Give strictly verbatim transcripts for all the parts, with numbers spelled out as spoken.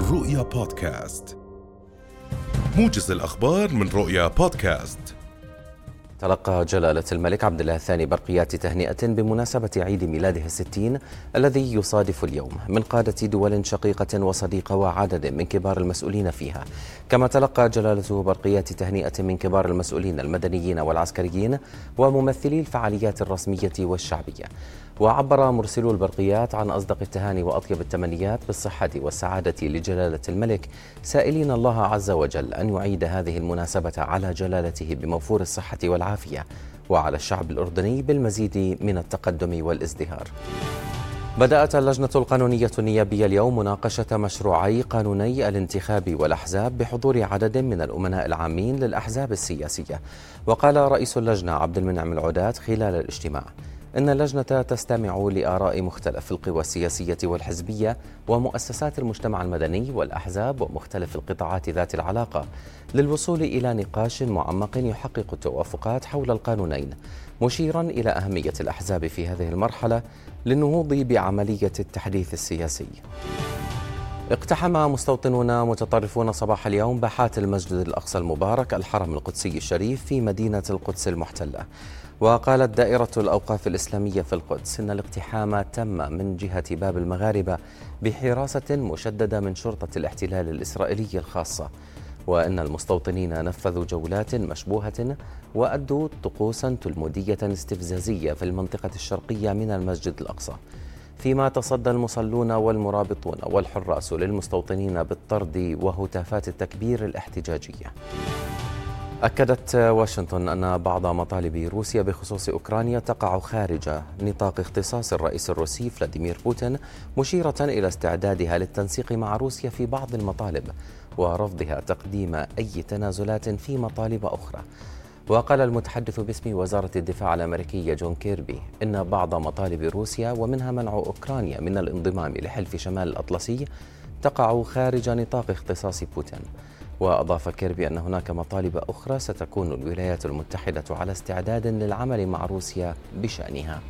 رؤيا بودكاست، موجز الأخبار من رؤيا بودكاست. تلقى جلالة الملك عبد الله الثاني برقيات تهنئة بمناسبة عيد ميلاده الستين الذي يصادف اليوم من قادة دول شقيقة وصديقة وعدد من كبار المسؤولين فيها. كما تلقى جلالته برقيات تهنئة من كبار المسؤولين المدنيين والعسكريين وممثلي الفعاليات الرسمية والشعبية. وعبر مرسلو البرقيات عن أصدق التهاني وأطيب التمنيات بالصحة والسعادة لجلالة الملك، سائلين الله عز وجل أن يعيد هذه المناسبة على جلالته بموفور الصحة والعافية، وعلى الشعب الأردني بالمزيد من التقدم والازدهار. بدأت اللجنة القانونية النيابية اليوم مناقشة مشروعي قانوني الانتخاب والأحزاب بحضور عدد من الأمناء العامين للأحزاب السياسية. وقال رئيس اللجنة عبد المنعم العداد خلال الاجتماع إن اللجنة تستمع لآراء مختلف القوى السياسية والحزبية ومؤسسات المجتمع المدني والأحزاب ومختلف القطاعات ذات العلاقة للوصول إلى نقاش معمق يحقق التوافقات حول القانونين، مشيرا إلى أهمية الأحزاب في هذه المرحلة للنهوض بعملية التحديث السياسي. اقتحم مستوطنون متطرفون صباح اليوم باحات المسجد الأقصى المبارك الحرم القدسي الشريف في مدينة القدس المحتلة. وقالت دائرة الأوقاف الإسلامية في القدس إن الاقتحام تم من جهة باب المغاربة بحراسة مشددة من شرطة الاحتلال الإسرائيلي الخاصة، وإن المستوطنين نفذوا جولات مشبوهة وأدوا طقوسا تلمودية استفزازية في المنطقة الشرقية من المسجد الأقصى، فيما تصدى المصلون والمرابطون والحراس للمستوطنين بالطرد وهتافات التكبير الاحتجاجية. أكدت واشنطن أن بعض مطالب روسيا بخصوص أوكرانيا تقع خارج نطاق اختصاص الرئيس الروسي فلاديمير بوتين، مشيرة إلى استعدادها للتنسيق مع روسيا في بعض المطالب ورفضها تقديم أي تنازلات في مطالب أخرى. وقال المتحدث باسم وزارة الدفاع الأمريكية جون كيربي إن بعض مطالب روسيا ومنها منع أوكرانيا من الانضمام لحلف شمال الأطلسي تقع خارج نطاق اختصاص بوتين. وأضاف كيربي أن هناك مطالب أخرى ستكون الولايات المتحدة على استعداد للعمل مع روسيا بشأنها.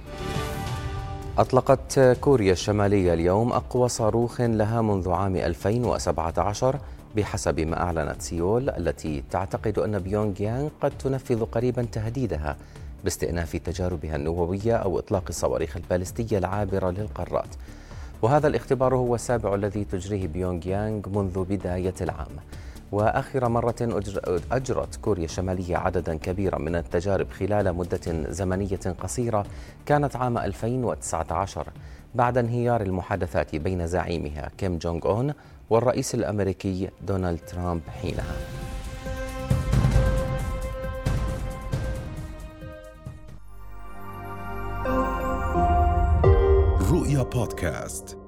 أطلقت كوريا الشمالية اليوم أقوى صاروخ لها منذ عام ألفين وسبعة عشر بحسب ما أعلنت سيول، التي تعتقد أن بيونغ يانغ قد تنفذ قريبا تهديدها باستئناف تجاربها النووية أو إطلاق الصواريخ البالستية العابرة للقارات. وهذا الاختبار هو السابع الذي تجريه بيونغ يانغ منذ بداية العام. وآخر مرة أجرت كوريا الشمالية عددا كبيرا من التجارب خلال مدة زمنية قصيرة كانت عام ألفين وتسعة عشر بعد انهيار المحادثات بين زعيمها كيم جونغ أون والرئيس الأمريكي دونالد ترامب حينها. رؤيا بودكاست.